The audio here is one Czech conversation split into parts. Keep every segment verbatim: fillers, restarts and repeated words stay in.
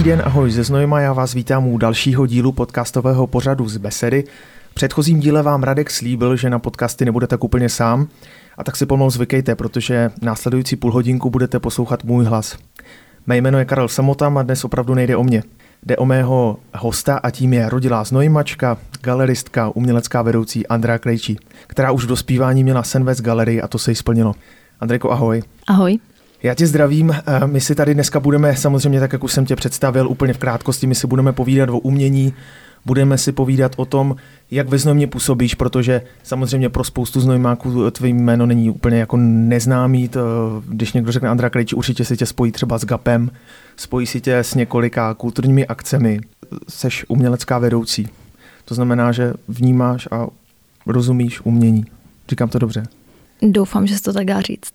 den, ahoj ze Znojma, já vás vítám u dalšího dílu podcastového pořadu z Besedy. V předchozím díle vám Radek slíbil, že na podcasty nebude tak úplně sám, a tak si pomalu zvykejte, protože následující půl hodinku budete poslouchat můj hlas. Mé jméno je Karel Samota a dnes opravdu nejde o mě. Jde o mého hosta a tím je rodilá Znojmačka, galeristka, umělecká vedoucí Andrea Krejčí, která už v dospívání měla sen vést galerii a to se jí splnilo. Andrejko, ahoj. Ahoj. Já tě zdravím, my si tady dneska budeme, samozřejmě tak, jak už jsem tě představil, úplně v krátkosti, my si budeme povídat o umění, budeme si povídat o tom, jak ve Znojmě působíš, protože samozřejmě pro spoustu Znojmáků tvým jméno není úplně jako neznámý, to, když někdo řekne Andrea Krejčí, určitě si tě spojí třeba s GAPem, spojí si tě s několika kulturními akcemi, seš umělecká vedoucí, to znamená, že vnímáš a rozumíš umění, říkám to dobře? Doufám, že se to tak dá říct.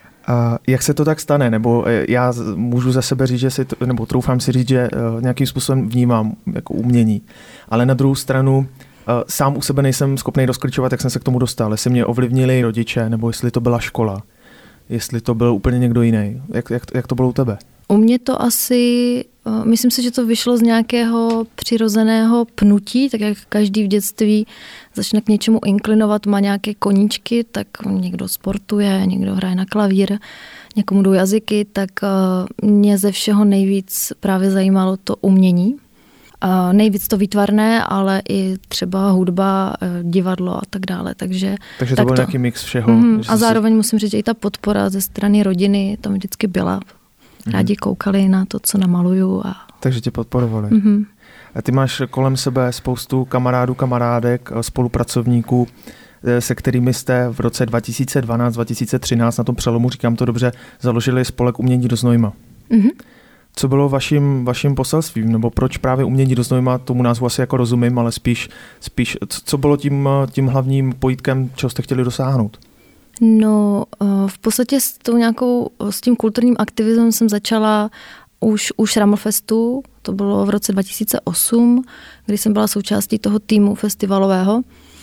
A jak se to tak stane? Nebo já můžu za sebe říct, že si to, nebo troufám si říct, že nějakým způsobem vnímám jako umění. Ale na druhou stranu sám u sebe nejsem schopný rozklíčovat, jak jsem se k tomu dostal. Jestli mě ovlivnili rodiče, nebo jestli to byla škola. Jestli to byl úplně někdo jiný. Jak, jak, jak to bylo u tebe? U mě to asi, myslím si, že to vyšlo z nějakého přirozeného pnutí, tak jak každý v dětství začne k něčemu inklinovat, má nějaké koníčky, tak někdo sportuje, někdo hraje na klavír, někomu jdou jazyky, tak mě ze všeho nejvíc právě zajímalo to umění. A nejvíc to výtvarné, ale i třeba hudba, divadlo a tak dále. Takže, Takže to tak byl to, nějaký mix všeho. Mm, a zároveň si... musím říct, že i ta podpora ze strany rodiny tam vždycky byla. Rádi koukali na to, co namaluju. A... Takže tě podporovali. Mm-hmm. A ty máš kolem sebe spoustu kamarádů, kamarádek, spolupracovníků, se kterými jste v roce dva tisíce dvanáct dva tisíce třináct, na tom přelomu, říkám to dobře, založili spolek Umění do Znojma. Mm-hmm. Co bylo vaším, vaším poselstvím? Nebo proč právě Umění do Znojma, tomu názvu asi jako rozumím, ale spíš, spíš co bylo tím, tím hlavním pojítkem, čeho jste chtěli dosáhnout? No, v podstatě s, tou nějakou, s tím kulturním aktivismem jsem začala už u Šramlfestu, to bylo v roce dva tisíce osm, kdy jsem byla součástí toho týmu festivalového.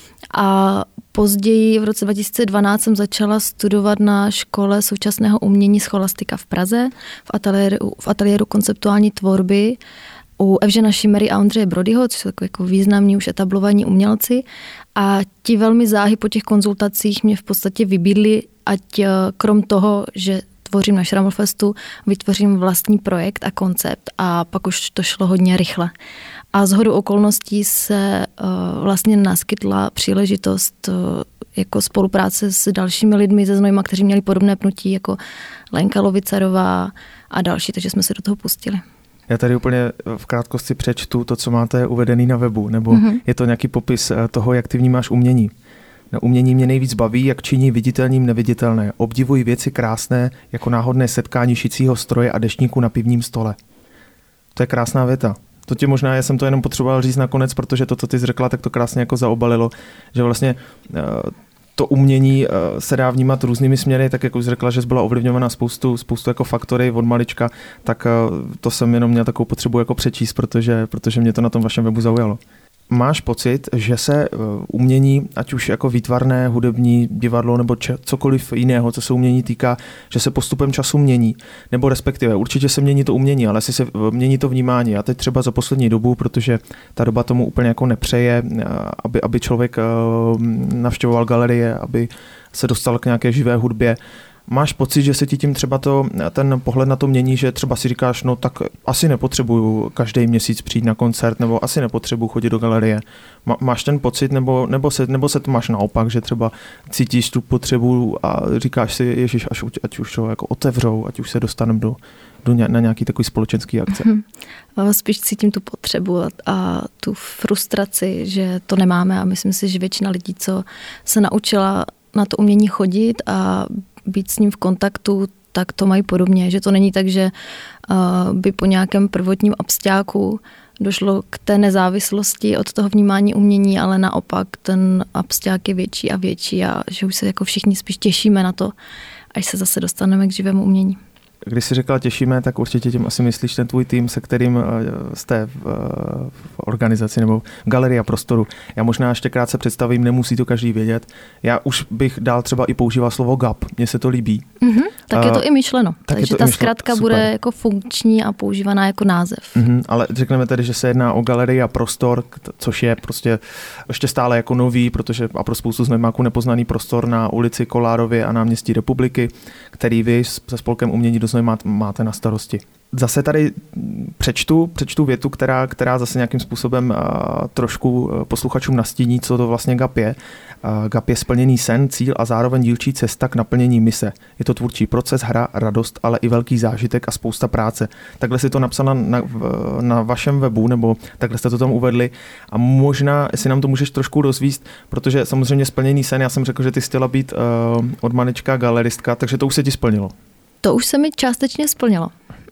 A později v roce dva tisíce dvanáct jsem začala studovat na škole současného umění Scholastika v Praze, v ateliéru, v ateliéru konceptuální tvorby u Evžena Šimery a Ondřeje Brodyho, což jsou jako významní už etablovaní umělci. A ti velmi záhy po těch konzultacích mě v podstatě vybídli, ať krom toho, že tvořím na Šramlfestu, vytvořím vlastní projekt a koncept a pak už to šlo hodně rychle. A shodou okolností se uh, vlastně naskytla příležitost uh, jako spolupráce s dalšími lidmi ze Znojma, kteří měli podobné pnutí jako Lenka Lovicarová a další, takže jsme se do toho pustili. Já tady úplně v krátkosti přečtu to, co máte uvedený na webu, nebo mm-hmm. je to nějaký popis toho, jak ty vnímáš umění. Na umění mě nejvíc baví, jak činí viditelným neviditelné. Obdivuji věci krásné, jako náhodné setkání šicího stroje a deštníku na pivním stole. To je krásná věta. To tě možná, já jsem to jenom potřeboval říct nakonec, protože to, co ty jsi řekla, tak to krásně jako zaobalilo, že vlastně to umění se dá vnímat různými směry, tak jak už řekla, že jsi byla ovlivňována spoustu, spoustu jako faktory od malička, tak to jsem jenom měl takovou potřebu jako přečíst, protože, protože mě to na tom vašem webu zaujalo. Máš pocit, že se umění, ať už jako výtvarné, hudební, divadlo nebo če- cokoliv jiného, co se umění týká, že se postupem času mění, nebo respektive určitě se mění to umění, ale si se mění to vnímání. A teď třeba za poslední dobu, protože ta doba tomu úplně jako nepřeje, aby, aby člověk navštěvoval galerie, aby se dostal k nějaké živé hudbě. Máš pocit, že se ti tím třeba to, ten pohled na to mění, že třeba si říkáš, no tak asi nepotřebuju každý měsíc přijít na koncert, nebo asi nepotřebuju chodit do galerie. Má, máš ten pocit, nebo, nebo, se, nebo se to máš naopak, že třeba cítíš tu potřebu a říkáš si, ježiš, až, ať už to jako otevřou, ať už se dostaneme do, do ně, na nějaký takový společenský akce. Mm-hmm. Spíš cítím tu potřebu a, a tu frustraci, že to nemáme a myslím si, že většina lidí, co se naučila na to umění chodit a být s ním v kontaktu, tak to mají podobně, že to není tak, že uh, by po nějakém prvotním absťáku došlo k té nezávislosti od toho vnímání umění, ale naopak ten absťák je větší a větší a že už se jako všichni spíš těšíme na to, až se zase dostaneme k živému umění. Když jsi řekla těšíme, tak určitě tím asi myslíš ten tvůj tým, se kterým jste v, v organizaci nebo v Galerii a Prostoru. Já možná ještě krátce představím, nemusí to každý vědět. Já už bych dál třeba i používal slovo G A P, mně se to líbí. Mm-hmm, tak je to uh, i myšleno, takže ta zkratka super. Bude jako funkční a používaná jako název. Mm-hmm, ale řekneme tedy, že se jedná o Galerii a Prostor, což je prostě ještě stále jako nový, protože a pro spoustu znojmáků nepoznaný prostor na ulici Kolárově a náměstí Republiky, který vy se Spolkem umění do Znojma máte na starosti. Zase tady přečtu, přečtu větu, která, která zase nějakým způsobem uh, trošku uh, posluchačům nastíní, co to vlastně G A P je. Uh, G A P je splněný sen, cíl a zároveň dílčí cesta k naplnění mise. Je to tvůrčí proces, hra, radost, ale i velký zážitek a spousta práce. Takhle si to napsala na, na vašem webu, nebo takhle jste to tam uvedli. A možná, jestli nám to můžeš trošku rozvíst, protože samozřejmě splněný sen, já jsem řekl, že ty jsi chtěla být uh, od malička galeristka, takže to už se ti splnilo. To už se mi částečně splnilo.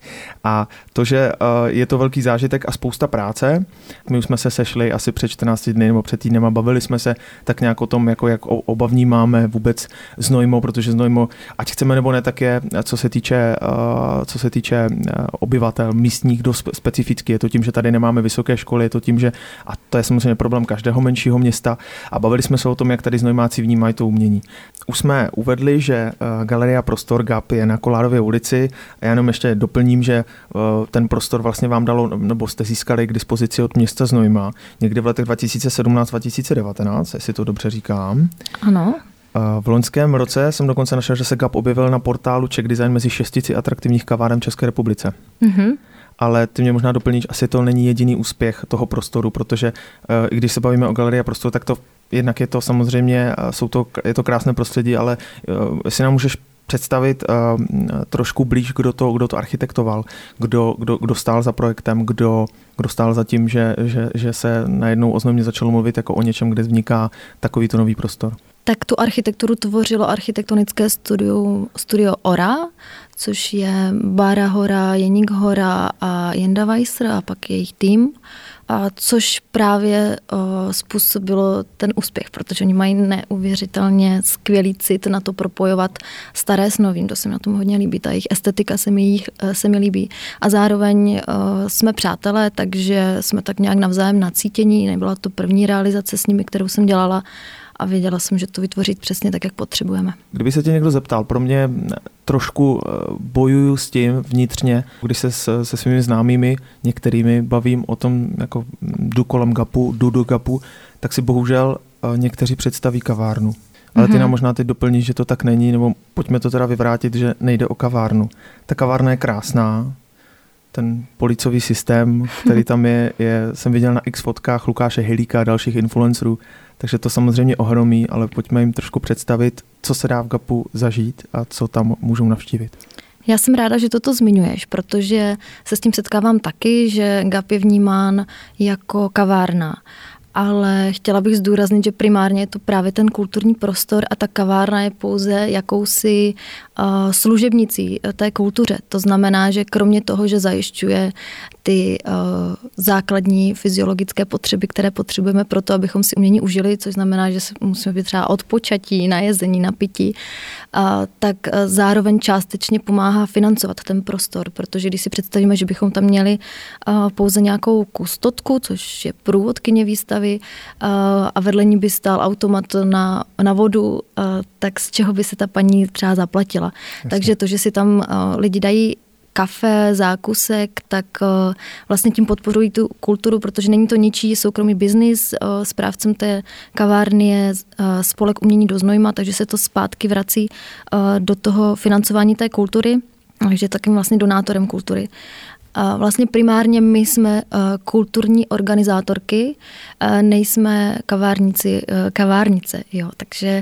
A to, že je to velký zážitek a spousta práce, my už jsme se sešli asi před čtrnácti dny nebo před týdnem a bavili jsme se tak nějak o tom, jako jak obavní máme vůbec Znojmo, protože Znojmo, ať chceme nebo ne, tak je, co se týče, co se týče obyvatel místních, dost specificky. Je to tím, že tady nemáme vysoké školy, je to tím, že, a to je samozřejmě problém každého menšího města, a bavili jsme se o tom, jak tady Znojmáci vnímají to umění. Už jsme uvedli, že Galeria Prostor G A P je na Kolárově ulici, a já jenom ještě doplním, že ten prostor vlastně vám dalo, nebo jste získali k dispozici od města Znojma někdy v letech dva tisíce sedmnáct dva tisíce devatenáct, jestli to dobře říkám. Ano. V loňském roce jsem dokonce našel, že se G A P objevil na portálu Czech Design mezi šestici atraktivních kaváren v České republice. Mhm. Ale ty mě možná doplníš, asi to není jediný úspěch toho prostoru, protože i když se bavíme o Galerii a Prostoru, tak to jednak je to samozřejmě, jsou to, je to krásné prostředí, ale jestli nám můžeš představit uh, trošku blíž, kdo to, kdo to architektoval, kdo, kdo, kdo stál za projektem, kdo, kdo stál za tím, že, že, že se najednou o Znojmě začalo mluvit jako o něčem, kde vzniká takovýto nový prostor. Tak tu architekturu tvořilo architektonické studio, studio Ora, což je Bára Hora, Jeník Hora a Jenda Weisser a pak jejich tým. A což právě o, způsobilo ten úspěch, protože oni mají neuvěřitelně skvělý cit na to propojovat staré s novým. To se mi na tom hodně líbí, ta jejich estetika se mi, se mi líbí. A zároveň o, jsme přátelé, takže jsme tak nějak navzájem nacítění. Nebyla to první realizace s nimi, kterou jsem dělala, a věděla jsem, že to vytvořit přesně tak, jak potřebujeme. Kdyby se tě někdo zeptal, pro mě trošku bojuju s tím vnitřně, když se se, se svými známými některými bavím o tom, jako jdu kolem gapu, jdu do gapu, tak si bohužel někteří představí kavárnu. Ale ty nám možná teď doplníš, že to tak není, nebo pojďme to teda vyvrátit, že nejde o kavárnu. Ta kavárna je krásná, ten policový systém, který tam je, je, jsem viděl na X fotkách Lukáše Hilíka a dalších influencerů, takže to samozřejmě ohromí, ale pojďme jim trošku představit, co se dá v gapu zažít a co tam můžou navštívit. Já jsem ráda, že toto zmiňuješ, protože se s tím setkávám taky, že gap je vnímán jako kavárna. Ale chtěla bych zdůraznit, že primárně je to právě ten kulturní prostor a ta kavárna je pouze jakousi uh, služebnicí té kultuře. To znamená, že kromě toho, že zajišťuje ty uh, základní fyziologické potřeby, které potřebujeme pro to, abychom si umění užili, což znamená, že musíme být třeba od počatí, na jezení, na pití, uh, tak uh, zároveň částečně pomáhá financovat ten prostor, protože když si představíme, že bychom tam měli uh, pouze nějakou kustotku, což je průvodkyně výstavy, a vedle ní by stál automat na, na vodu, tak z čeho by se ta paní třeba zaplatila. Jasně. Takže to, že si tam lidi dají kafe, zákusek, tak vlastně tím podporují tu kulturu, protože není to ničí soukromý biznis. Správcem té kavárny je Spolek umění do Znojma, takže se to zpátky vrací do toho financování té kultury, takže takým vlastně donátorem kultury. A vlastně primárně my jsme kulturní organizátorky, nejsme kavárníci, kavárnice, jo. Takže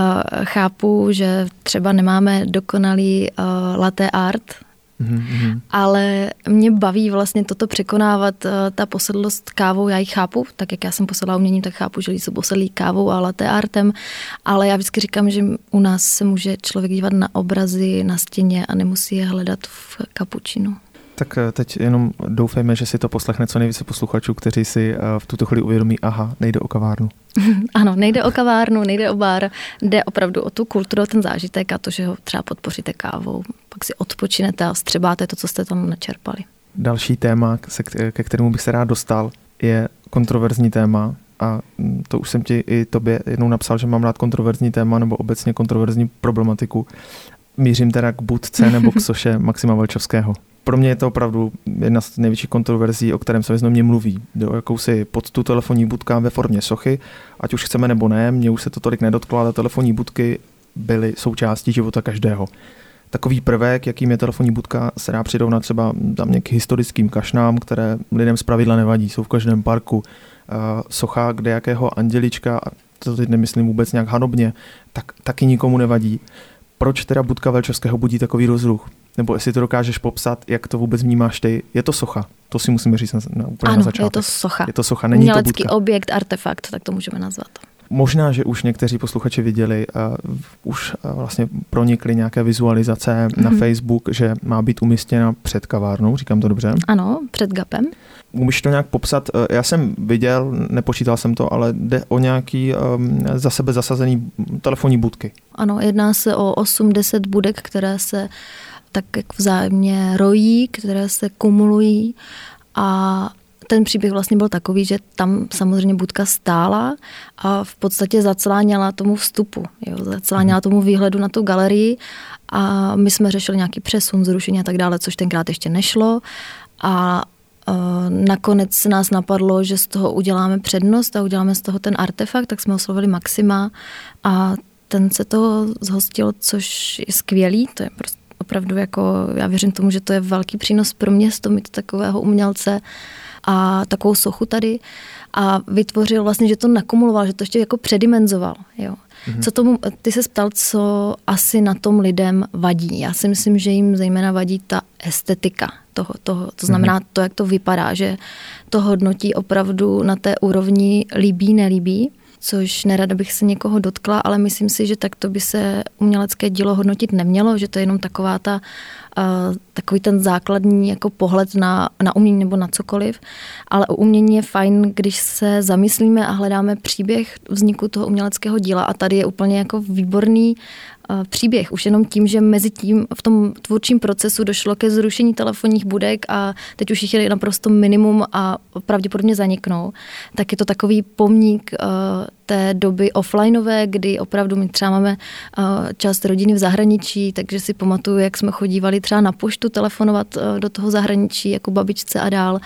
chápu, že třeba nemáme dokonalý latte art, mm-hmm. ale mě baví vlastně toto překonávat, ta posedlost kávou, já ji chápu, tak jak já jsem posedlá uměním, tak chápu, že lidi jsou posedlí kávou a latte artem, ale já vždycky říkám, že u nás se může člověk dívat na obrazy na stěně a nemusí je hledat v kapučinu. Tak teď jenom doufejme, že si to poslechne co nejvíce posluchačů, kteří si v tuto chvíli uvědomí, aha, nejde o kavárnu. Ano, nejde o kavárnu, nejde o bar, jde opravdu o tu kulturu, ten zážitek a to, že ho třeba podpoříte kávou, pak si odpočinete a střebáte to, co jste tam načerpali. Další téma, ke kterému bych se rád dostal, je kontroverzní téma. A to už jsem ti i tobě jednou napsal, že mám rád kontroverzní téma nebo obecně kontroverzní problematiku. Mířím teda k budce nebo k soše Maxima Valčovského. Pro mě je to opravdu jedna z největších kontroverzí, o kterém se významně mluví. Jde o jakousi pod tu telefonní budka ve formě sochy, ať už chceme nebo ne, mě už se to tolik nedotklo, ale telefonní budky byly součástí života každého. Takový prvek, jakým je telefonní budka, se dá přirovnat třeba tam k historickým kašnám, které lidem zpravidla nevadí, jsou v každém parku. Socha kde jakého andělička, a to teď nemyslím vůbec nějak hanobně, tak taky nikomu nevadí. Proč teda budka Valčovského budí takový rozruch? Nebo jestli to dokážeš popsat, jak to vůbec vnímáš ty? Je to socha, to si musíme říct na, na, úplně ano, na začátek. je to socha. Je to socha, není to budka. Objekt, artefakt, tak to můžeme nazvat. Možná, že už někteří posluchači viděli, uh, už uh, vlastně pronikly nějaké vizualizace mm-hmm. na Facebook, že má být umístěna před kavárnou, říkám to dobře? Ano, před gapem. Můžeš to nějak popsat? Já jsem viděl, nepočítal jsem to, ale jde o nějaký um, za sebe zasazený telefonní budky. Ano, jedná se o osm deset budek, které se tak jak vzájemně rojí, které se kumulují a ten příběh vlastně byl takový, že tam samozřejmě budka stála a v podstatě zacláněla tomu vstupu, jo, zacláněla tomu výhledu na tu galerii a my jsme řešili nějaký přesun, zrušení a tak dále, což tenkrát ještě nešlo a uh, nakonec nás napadlo, že z toho uděláme přednost a uděláme z toho ten artefakt, tak jsme oslovili Maxima a ten se toho zhostil, což je skvělý, to je prostě opravdu jako, já věřím tomu, že to je velký přínos pro město, mít takového umělce a takovou sochu tady a vytvořil vlastně, že to nakumuloval, že to ještě jako předimenzoval, jo. Mm-hmm. Co tomu, ty se ptal, co asi na tom lidem vadí. Já si myslím, že jim zejména vadí ta estetika toho, toho to znamená mm-hmm. to, jak to vypadá, že to hodnotí opravdu na té úrovni líbí, nelíbí, což nerada bych se někoho dotkla, ale myslím si, že takto by se umělecké dílo hodnotit nemělo, že to je jenom taková ta, uh, takový ten základní jako pohled na, na umění nebo na cokoliv, ale u umění je fajn, když se zamyslíme a hledáme příběh vzniku toho uměleckého díla a tady je úplně jako výborný uh, příběh. Už jenom tím, že mezi tím v tom tvůrčím procesu došlo ke zrušení telefonních budek a teď už jich je naprosto minimum a pravděpodobně zaniknou, tak je to takový pomník uh, té doby offlineové, kdy opravdu my třeba máme uh, část rodiny v zahraničí, takže si pamatuju, jak jsme chodívali třeba na poštu telefonovat uh, do toho zahraničí, jako babičce a dál.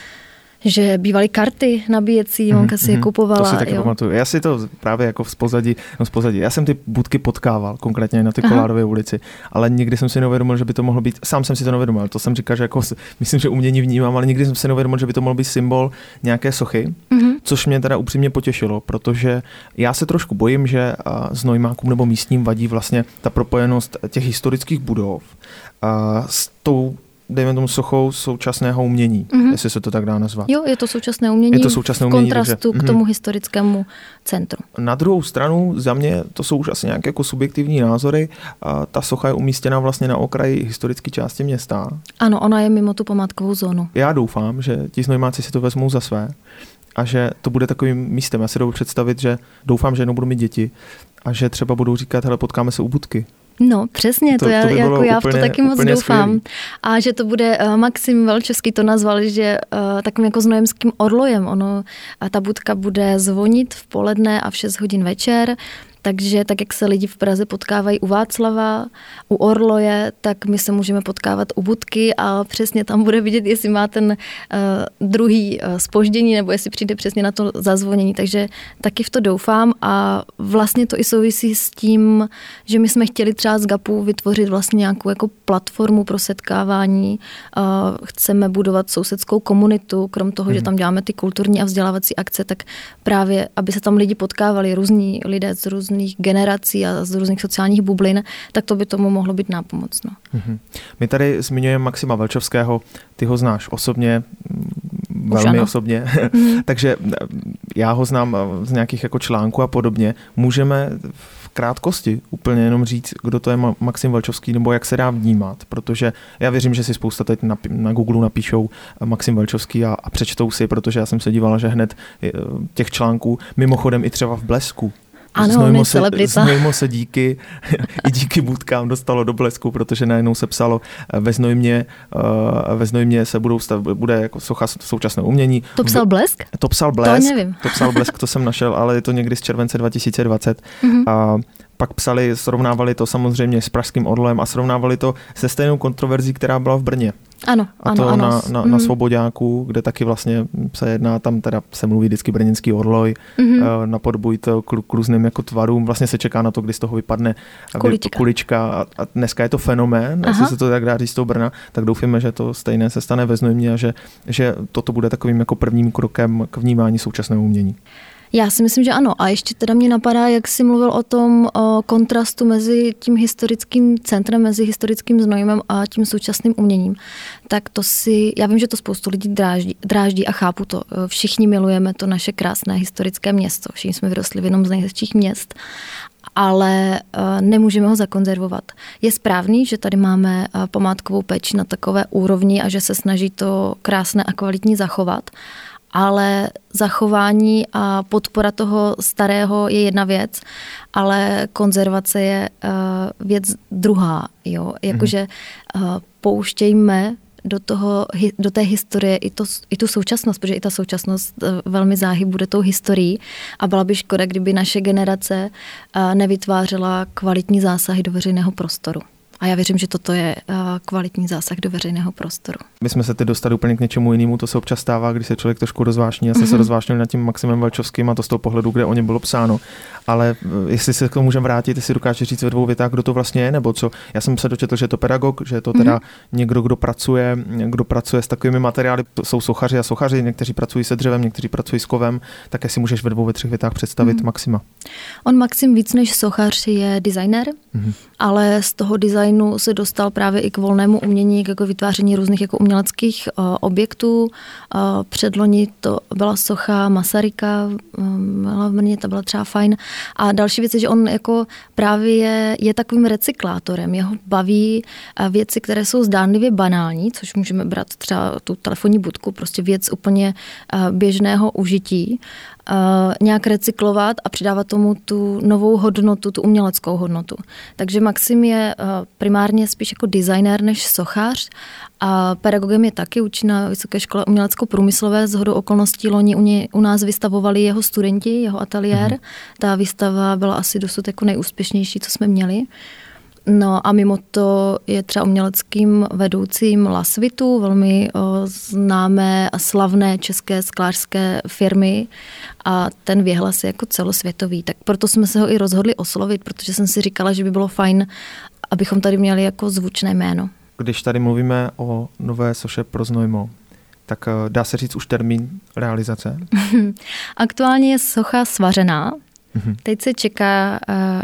Že bývaly karty nabíjecí, mamka si je kupovala. To si taky jo. pamatuju. Já si to právě jako z pozadí, no z pozadí. Já jsem ty budky potkával, konkrétně na ty Kolárové ulici, ale nikdy jsem si neuvědomil, že by to mohlo být, sám jsem si to neuvědomil, to jsem říkal, že jako, myslím, že umění vnímám, ale nikdy jsem si neuvědomil, že by to mohl být symbol nějaké sochy, mm-hmm. což mě teda upřímně potěšilo, protože já se trošku bojím, že znojmákům nebo místním vadí vlastně ta propojenost těch historických budov s tou dejme tomu sochou současného umění, mm-hmm. jestli se to tak dá nazvat. Jo, je to současné umění, je to současné v umění, kontrastu takže, k tomu mm-hmm. historickému centru. Na druhou stranu, za mě, to jsou už asi nějaké jako subjektivní názory, a ta socha je umístěna vlastně na okraji historické části města. Ano, ona je mimo tu památkovou zónu. Já doufám, že ti znojmáci si to vezmou za své a že to bude takovým místem. Já si dovedu představit, že doufám, že jednou budu mít děti a že třeba budou říkat, hele, potkáme se u budky. No, přesně, to, to, já, to by jako já v to taky moc doufám. Skvělý. A že to bude, uh, Maxim Valčovský to nazval, že uh, takovým jako znojemským orlojem. Ono, a ta budka bude zvonit v poledne a v šest hodin večer. Takže tak, jak se lidi v Praze potkávají u Václava, u Orloje, tak my se můžeme potkávat u budky a přesně tam bude vidět, jestli má ten uh, druhý uh, zpoždění nebo jestli přijde přesně na to zazvonění. Takže taky v to doufám a vlastně to i souvisí s tím, že my jsme chtěli třeba z GAPu vytvořit vlastně nějakou jako platformu pro setkávání. Uh, chceme budovat sousedskou komunitu, krom toho, mm. že tam děláme ty kulturní a vzdělávací akce, tak právě, aby se tam lidi potkávali, různí lidé z různých generací a z různých sociálních bublin, tak to by tomu mohlo být nápomocno. Mm-hmm. My tady zmiňujeme Maxima Valčovského, ty ho znáš osobně, velmi ano. osobně, mm-hmm. takže já ho znám z nějakých jako článků a podobně. Můžeme v v krátkosti úplně jenom říct, kdo to je Maxim Valčovský nebo jak se dá vnímat, protože já věřím, že si spousta teď na, na Google napíšou Maxim Valčovský a, a přečtou si, protože já jsem se dívala, že hned těch článků, mimochodem i třeba v Blesku. Ano, on je celebrita. Znojmo se díky, i díky budkám dostalo do Blesku, protože najednou se psalo ve Znojmě, ve Znojmě se budou stav, bude jako socha současné umění. To psal Blesk? To psal Blesk. To nevím. To psal Blesk, to jsem našel, ale je to někdy z července dva tisíce dvacet. Mm-hmm. A pak psali, srovnávali to samozřejmě s Pražským Orlem a srovnávali to se stejnou kontroverzí, která byla v Brně. Ano, a ano, to ano. na, na, mm. na Svoboďáku, kde taky vlastně se jedná, tam teda se mluví vždycky brněnský orloj, mm-hmm. na podbůj to k, k různým jako tvarům, vlastně se čeká na to, kdy z toho vypadne kulička, kulička a, a dneska je to fenomén, Aha. jestli se to tak dá říct z toho Brna, tak doufíme, že to stejné se stane ve Znojmě a že, že toto bude takovým jako prvním krokem k vnímání současného umění. Já si myslím, že ano. A ještě teda mě napadá, jak jsi mluvil o tom o kontrastu mezi tím historickým centrem, mezi historickým Znojmem a tím současným uměním. Tak to si, já vím, že to spoustu lidí dráždí, dráždí a chápu to. Všichni milujeme to naše krásné historické město. Všichni jsme vyrostli v jednom z nejhezčích měst, ale nemůžeme ho zakonzervovat. Je správný, že tady máme památkovou péči na takové úrovni a že se snaží to krásné a kvalitní zachovat, ale zachování a podpora toho starého je jedna věc, ale konzervace je uh, věc druhá. Jo? Jakože uh, pouštějme do, toho, do té historie i, to, i tu současnost, protože i ta současnost uh, velmi záhy bude tou historií a byla by škoda, kdyby naše generace uh, nevytvářela kvalitní zásahy do veřejného prostoru. A já věřím, že toto je kvalitní zásah do veřejného prostoru. My jsme se teď dostali úplně k něčemu jinému, to se občas stává, když se člověk trošku rozvášní. Já jsem mm-hmm. se rozvášnil nad tím Maximem Valčovským a to z toho pohledu, kde o něm bylo psáno. Ale jestli se k tomu můžeme vrátit, jestli dokáže říct ve dvou větách, kdo to vlastně je, nebo co. Já jsem se dočetl, že je to pedagog, že je to teda mm-hmm. někdo, kdo pracuje, kdo pracuje s takovými materiály. Jsou sochaři a sochaři, někteří pracují se dřevem, někteří pracují s kovem. Tak jestli můžeš ve dvou, ve třech větách představit mm-hmm. Maxima. On Maxim víc než sochař je designer, mm-hmm. ale z toho designu se dostal právě i k volnému umění, k jako vytváření různých jako uměleckých uh, objektů. Uh, předloni to byla socha Masaryka, um, byla v Brně, ta byla třeba fajn. A další věc je, že on jako právě je, je takovým recyklátorem. Jeho baví uh, věci, které jsou zdánlivě banální, což můžeme brát třeba tu telefonní budku, prostě věc úplně uh, běžného užití. Uh, nějak recyklovat a přidávat tomu tu novou hodnotu, tu uměleckou hodnotu. Takže Maxim je uh, primárně spíš jako designér než sochař a pedagogem je taky, učí na Vysoké škole umělecko-průmyslové. Shodou okolností loni u, ně, u nás vystavovali jeho studenti, jeho ateliér. Mm-hmm. Ta výstava byla asi dosud jako nejúspěšnější, co jsme měli. No a mimo to je třeba uměleckým vedoucím Lasvitu, velmi o, známé a slavné české sklářské firmy a ten věhlas je jako celosvětový. Tak proto jsme se ho i rozhodli oslovit, protože jsem si říkala, že by bylo fajn, abychom tady měli jako zvučné jméno. Když tady mluvíme o nové soše pro Znojmo, tak dá se říct už termín realizace? Aktuálně je socha svařená. Mm-hmm. Teď se čeká,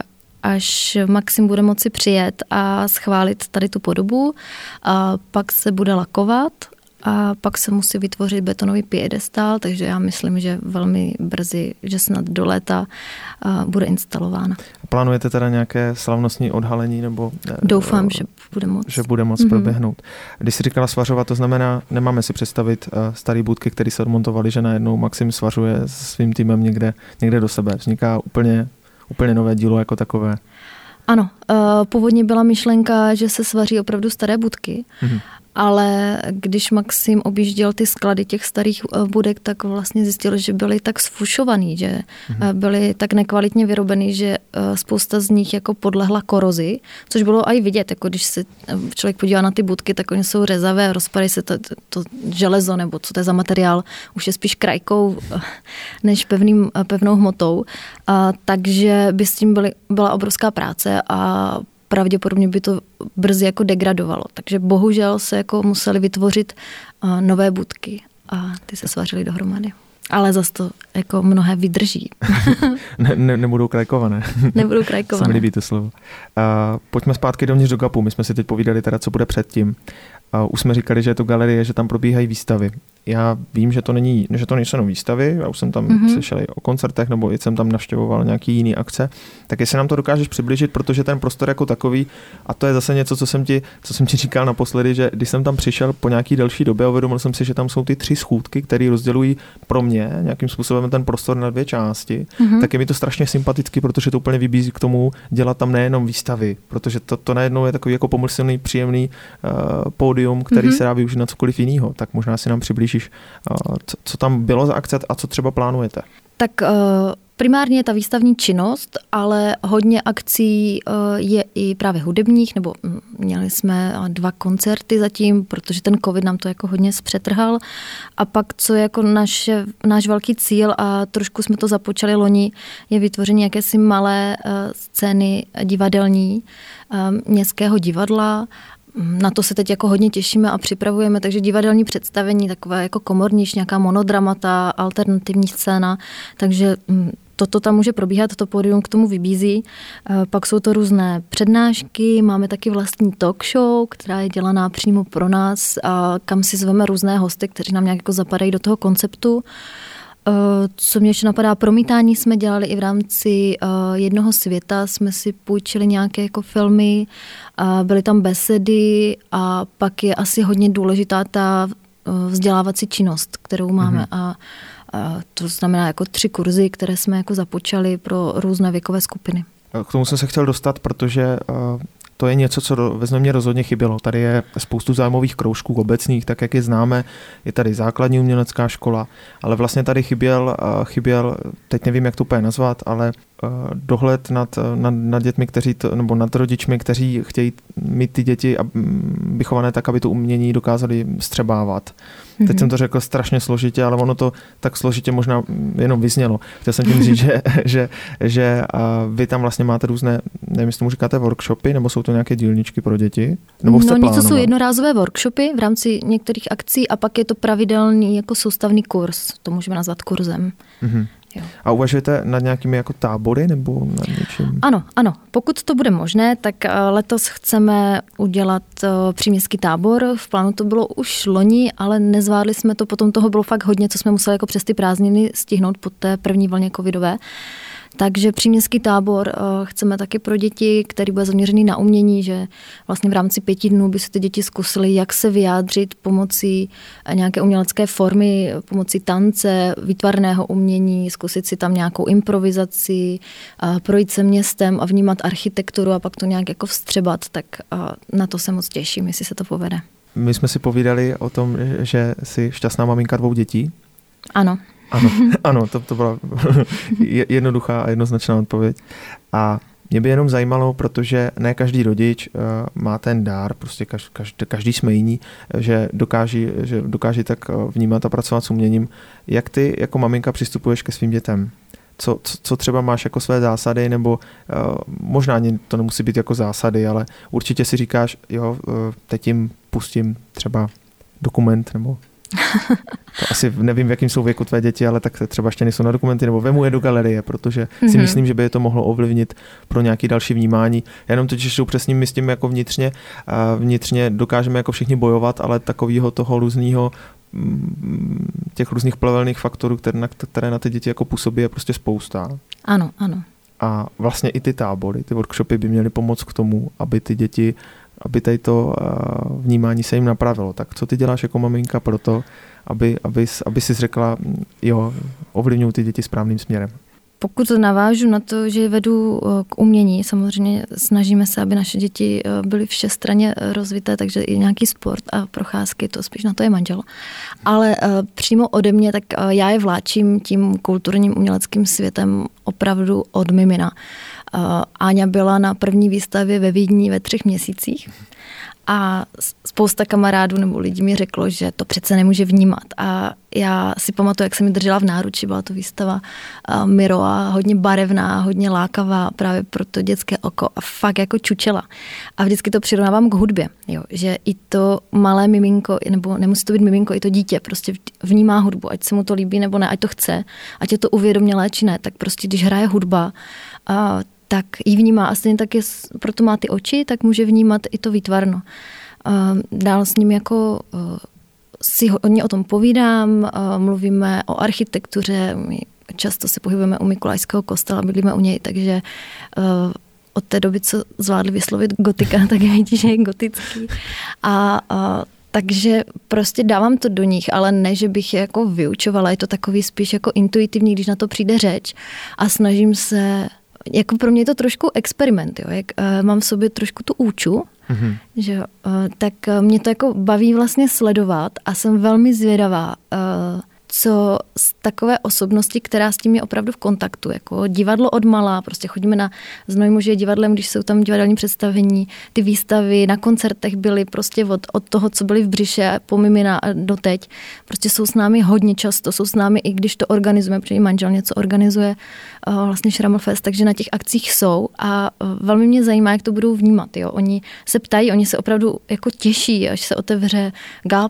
až Maxim bude moci přijet a schválit tady tu podobu. A pak se bude lakovat a pak se musí vytvořit betonový piedestál, takže já myslím, že velmi brzy, že snad do léta bude instalována. Plánujete teda nějaké slavnostní odhalení? Nebo doufám, že bude moc. Že bude moc mm-hmm. proběhnout. Když jsi říkala svařovat, to znamená, nemáme si představit staré budky, které se odmontovaly, že najednou Maxim svařuje s svým týmem někde, někde do sebe. Vzniká úplně Úplně nové dílo jako takové. Ano, původně byla myšlenka, že se svaří opravdu staré budky, mm-hmm. ale když Maxim objížděl ty sklady těch starých budek, tak vlastně zjistil, že byly tak sfušovaný, že mm-hmm. byly tak nekvalitně vyrobeny, že spousta z nich jako podlehla korozi, což bylo i vidět, jako když se člověk podívá na ty budky, tak oni jsou řezavé, rozpadají se to, to železo, nebo co to je za materiál, už je spíš krajkou než pevným, pevnou hmotou, a, takže by s tím byly, byla obrovská práce a pravděpodobně by to brzy jako degradovalo. Takže bohužel se jako museli vytvořit uh, nové budky a ty se svařily dohromady. Ale zase to jako mnohé vydrží. ne, ne, nebudou krajkované. Nebudou krajkované. Se mi líbí to slovo. Uh, pojďme zpátky dovnitř do gapu. My jsme si teď povídali teda, co bude předtím. Uh, už jsme říkali, že je to galerie, že tam probíhají výstavy. Já vím, že to není, že to nejsou výstavy, já už jsem tam mm-hmm. slyšel o koncertech, nebo jsem tam navštěvoval nějaký jiný akce. Tak jestli nám to dokážeš přiblížit, protože ten prostor jako takový, a to je zase něco, co jsem ti, co jsem ti říkal naposledy, že když jsem tam přišel po nějaký delší době, uvědomil jsem si, že tam jsou ty tři schůdky, které rozdělují pro mě nějakým způsobem ten prostor na dvě části. Mm-hmm. Tak je mi to strašně sympatický, protože to úplně vybízí k tomu dělat tam nejenom výstavy, protože to, to najednou je takový jako pomyslný, příjemný uh, pódium, který mm-hmm. se dá využít na cokoliv jiného. Tak možná si nám přiblíží, Co, co tam bylo za akce a co třeba plánujete? Tak primárně je ta výstavní činnost, ale hodně akcí je i právě hudebních, nebo měli jsme dva koncerty zatím, protože ten covid nám to jako hodně zpřetrhal. A pak, co je jako naše, náš velký cíl, a trošku jsme to započali loni, je vytvoření jakési malé scény divadelní městského divadla. Na to se teď jako hodně těšíme a připravujeme, takže divadelní představení, takové jako komorníž, nějaká monodramata, alternativní scéna, takže toto tam může probíhat, to pódium k tomu vybízí. Pak jsou to různé přednášky, máme taky vlastní talk show, která je dělaná přímo pro nás, a kam si zveme různé hosty, kteří nám nějak jako zapadají do toho konceptu. Co mě ještě napadá, promítání jsme dělali i v rámci jednoho světa, jsme si půjčili nějaké jako filmy, byly tam besedy a pak je asi hodně důležitá ta vzdělávací činnost, kterou máme. Mm-hmm. A, a to znamená jako tři kurzy, které jsme jako započali pro různé věkové skupiny. K tomu jsem se chtěl dostat, protože to je něco, co ve Znojmě rozhodně chybělo. Tady je spoustu zájmových kroužků obecných, tak jak je známe, je tady základní umělecká škola, ale vlastně tady chyběl, chyběl teď nevím, jak to úplně nazvat, ale dohled nad, nad, nad dětmi, kteří to, nebo nad rodičmi, kteří chtějí mít ty děti vychované tak, aby to umění dokázali střebávat. Mm-hmm. Teď jsem to řekl strašně složitě, ale ono to tak složitě možná jenom vyznělo. Chtěl jsem tím říct, že, že, že vy tam vlastně máte různé, nevím, jestli tomu říkáte workshopy, nebo jsou to nějaké dílničky pro děti? Nebo no něco jsou jednorázové workshopy v rámci některých akcí a pak je to pravidelný jako soustavný kurz, to můžeme nazvat kurzem. Mm-hmm. Jo. A uvažujete nad nějakými jako tábory nebo nad něčím? Ano, ano. Pokud to bude možné, tak letos chceme udělat příměstský tábor. V plánu to bylo už loni, ale nezvládli jsme to. Potom toho bylo fakt hodně, co jsme museli jako přes ty prázdniny stihnout po té první vlně covidové. Takže příměstský tábor chceme taky pro děti, který bude zaměřený na umění, že vlastně v rámci pěti dnů by se ty děti zkusily, jak se vyjádřit pomocí nějaké umělecké formy, pomocí tance, výtvarného umění, zkusit si tam nějakou improvizaci, projít se městem a vnímat architekturu a pak to nějak jako vstřebat, tak na to se moc těším, jestli se to povede. My jsme si povídali o tom, že jsi šťastná maminka dvou dětí. Ano. Ano, ano, to, to byla jednoduchá a jednoznačná odpověď. A mě by jenom zajímalo, protože ne každý rodič uh, má ten dár, prostě každý, každý, každý jsme jiní, že dokáží, že dokáží tak vnímat a pracovat s uměním. Jak ty jako maminka přistupuješ ke svým dětem? Co, co, co třeba máš jako své zásady, nebo uh, možná to nemusí být jako zásady, ale určitě si říkáš, jo, uh, teď jim pustím třeba dokument, nebo... To asi nevím, v jakým jsou věku tvé děti, ale tak třeba ještě nejsou na dokumenty, nebo vemu je do galerie, protože si mm-hmm. myslím, že by je to mohlo ovlivnit pro nějaké další vnímání. Já jenom totiž upřesním, my s tím jako vnitřně, vnitřně dokážeme jako všichni bojovat, ale takového toho různýho, těch různých plevelných faktorů, které na, které na ty děti jako působí, je prostě spousta. Ano, ano. A vlastně i ty tábory, ty workshopy by měly pomoct k tomu, aby ty děti, aby tady to vnímání se jim napravilo. Tak co ty děláš jako maminka pro to, aby, aby, aby jsi řekla, jo, ovlivňují ty děti správným směrem? Pokud navážu na to, že vedu k umění, samozřejmě snažíme se, aby naše děti byly všestranně rozvité, takže i nějaký sport a procházky, to spíš na to je manžel. Ale přímo ode mě, tak já je vláčím tím kulturním uměleckým světem opravdu od mimina. Áňa byla na první výstavě ve Vídni ve třech měsících A spousta kamarádů nebo lidí mi řeklo, že to přece nemůže vnímat. A já si pamatuju, jak jsem mi držela v náruči, byla to výstava Miro a hodně barevná, hodně lákavá právě pro to dětské oko a fakt jako čučela. A vždycky to přirovnávám k hudbě, jo, že i to malé miminko, nebo nemusí to být miminko, i to dítě prostě vnímá hudbu, ať se mu to líbí nebo ne, ať to chce, ať je to uvědomělé či ne, tak prostě když hraje hudba, a tak ji vnímá a stejně tak je, proto má ty oči, tak může vnímat i to výtvarno. Dál s ním jako si hodně o tom povídám, mluvíme o architektuře, často se pohybujeme u Mikulajského kostela, bydlíme u něj, takže od té doby, co zvládli vyslovit gotika, tak vidí, že je gotický. A, a takže prostě dávám to do nich, ale ne, že bych je jako vyučovala, je to takový spíš jako intuitivní, když na to přijde řeč a snažím se, jako pro mě je to trošku experiment, jo, jak uh, mám v sobě trošku tu úču, mm-hmm. že, uh, tak uh, mě to jako baví vlastně sledovat a jsem velmi zvědavá, uh, co z takové osobnosti, která s tím je opravdu v kontaktu, jako divadlo od malá, prostě chodíme na Znoj muže je divadlem, když jsou tam divadelní představení, ty výstavy na koncertech byly prostě od, od toho, co byly v břiše po mimina do teď, prostě jsou s námi hodně často, jsou s námi i když to organizujeme, protože i manžel něco organizuje, uh, vlastně Schrammelfest, takže na těch akcích jsou a uh, velmi mě zajímá, jak to budou vnímat, jo. Oni se ptají, oni se opravdu jako těší, až se otevře gáp,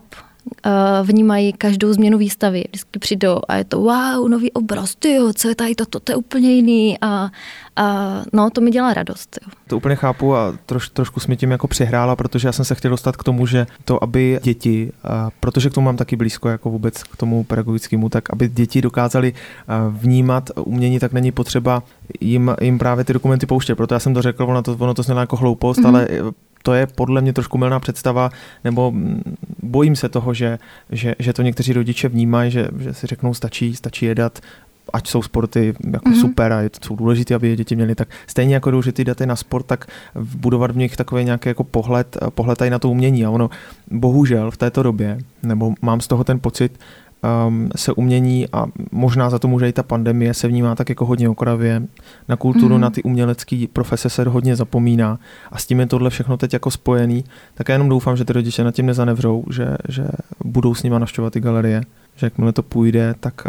vnímají každou změnu výstavy. Vždycky přijdou a je to wow, nový obraz, tyjo, co je tady toto, to je úplně jiný a, a no, to mi dělá radost. Jo. To úplně chápu a troš, trošku jsi mi tím jako přihrála, protože já jsem se chtěl dostat k tomu, že to, aby děti, a protože k tomu mám taky blízko jako vůbec k tomu pedagogickému, tak aby děti dokázali vnímat umění, tak není potřeba jim, jim právě ty dokumenty pouštět. Proto já jsem to řekl, ono to, ono to znělo jako hloupost, mm-hmm. ale to je podle mě trošku mylná představa, nebo bojím se toho, že, že, že to někteří rodiče vnímají, že, že si řeknou, stačí, stačí jedat, ať jsou sporty jako mm-hmm. super a je to, jsou důležité, aby je děti měly, tak stejně jako důležitý daty na sport, tak budovat v nich takový nějaký jako pohled, pohled tady na to umění. A ono bohužel v této době, nebo mám z toho ten pocit, Um, se umění a možná za to může i ta pandemie se vnímá tak jako hodně okrajově. Na kulturu, mm. na ty umělecké profese se hodně zapomíná a s tím je tohle všechno teď jako spojený. Tak já jenom doufám, že ty rodiče nad tím nezanevřou, že, že budou s nima navštěvovat ty galerie, že jakmile to půjde, tak uh,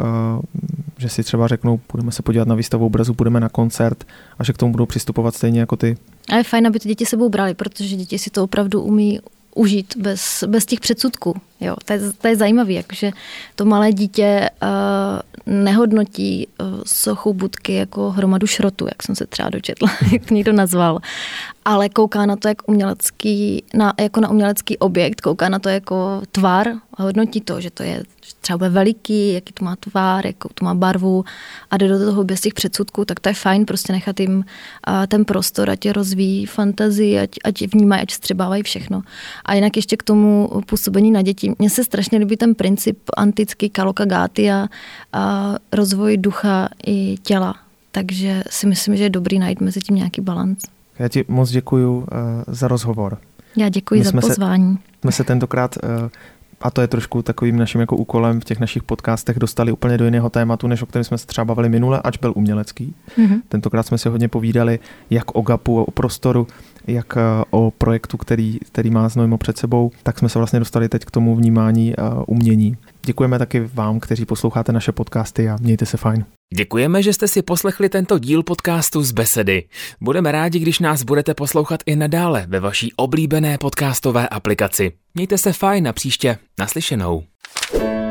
že si třeba řeknou, budeme se podívat na výstavu obrazu, budeme na koncert a že k tomu budou přistupovat stejně jako ty. A je fajn, aby ty děti sebou brali, protože děti si to opravdu umí užít bez, bez těch předsudků. Jo, to je, to je zajímavé, jakože to malé dítě uh, nehodnotí uh, sochu Budky jako hromadu šrotu, jak jsem se třeba dočetla, jak to někdo nazval, ale kouká na to jak umělecký, na, jako na umělecký objekt, kouká na to jako tvar a hodnotí to, že to je třeba bude veliký, jaký to má tvar, jakou to má barvu a jde do toho bez těch předsudků, tak to je fajn prostě nechat jim uh, ten prostor, ať je rozvíjí fantazii, ať, ať vnímají, ať střebávají všechno. A jinak ještě k tomu působení na děti. Mně se strašně líbí ten princip antický Kalokagátia a rozvoj ducha i těla. Takže si myslím, že je dobrý najít mezi tím nějaký balanc. Já ti moc děkuju uh, za rozhovor. Já děkuji za pozvání. Se, jsme se tentokrát, uh, a to je trošku takovým naším jako úkolem v těch našich podcastech, dostali úplně do jiného tématu, než o kterém jsme se třeba bavili minule, ač byl umělecký. Mm-hmm. Tentokrát jsme si hodně povídali jak o gapu, o prostoru, jak o projektu, který, který má Znojmo před sebou, tak jsme se vlastně dostali teď k tomu vnímání uh, umění. Děkujeme taky vám, kteří posloucháte naše podcasty a mějte se fajn. Děkujeme, že jste si poslechli tento díl podcastu z Besedy. Budeme rádi, když nás budete poslouchat i nadále ve vaší oblíbené podcastové aplikaci. Mějte se fajn a příště naslyšenou.